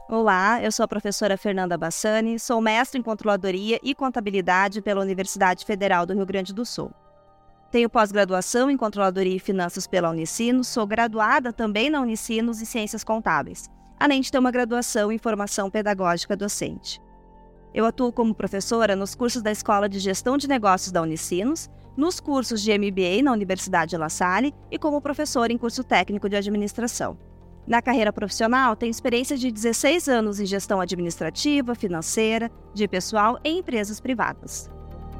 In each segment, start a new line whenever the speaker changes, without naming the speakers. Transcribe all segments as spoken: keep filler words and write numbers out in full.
Olá, eu sou a professora Fernanda Bassani, sou mestre em Controladoria e Contabilidade pela Universidade Federal do Rio Grande do Sul. Tenho pós-graduação em Controladoria e Finanças pela Unicinos, sou graduada também na Unicinos em Ciências Contábeis, além de ter uma graduação em Formação Pedagógica Docente. Eu atuo como professora nos cursos da Escola de Gestão de Negócios da Unicinos, nos cursos de M B A na Universidade La Salle e como professora em curso técnico de administração. Na carreira profissional, tenho experiência de dezesseis anos em gestão administrativa, financeira, de pessoal e empresas privadas.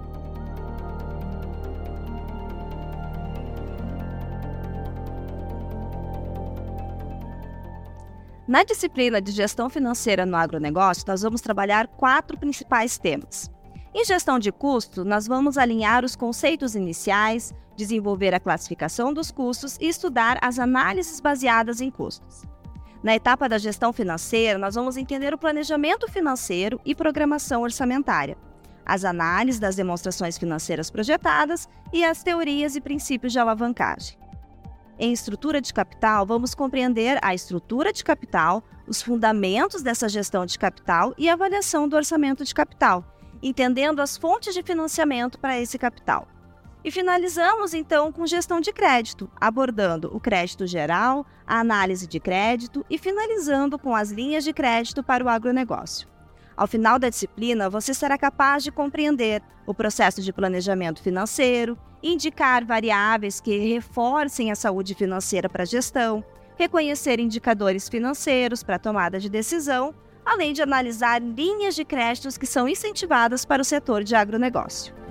Na disciplina de Gestão Financeira no Agronegócio, nós vamos trabalhar quatro principais temas. Em gestão de custo, nós vamos alinhar os conceitos iniciais, desenvolver a classificação dos custos e estudar as análises baseadas em custos. Na etapa da gestão financeira, nós vamos entender o planejamento financeiro e programação orçamentária, as análises das demonstrações financeiras projetadas e as teorias e princípios de alavancagem. Em estrutura de capital, vamos compreender a estrutura de capital, os fundamentos dessa gestão de capital e a avaliação do orçamento de capital, entendendo as fontes de financiamento para esse capital. E finalizamos, então, com gestão de crédito, abordando o crédito geral, a análise de crédito e finalizando com as linhas de crédito para o agronegócio. Ao final da disciplina, você será capaz de compreender o processo de planejamento financeiro, indicar variáveis que reforcem a saúde financeira para a gestão, reconhecer indicadores financeiros para a tomada de decisão, além de analisar linhas de créditos que são incentivadas para o setor de agronegócio.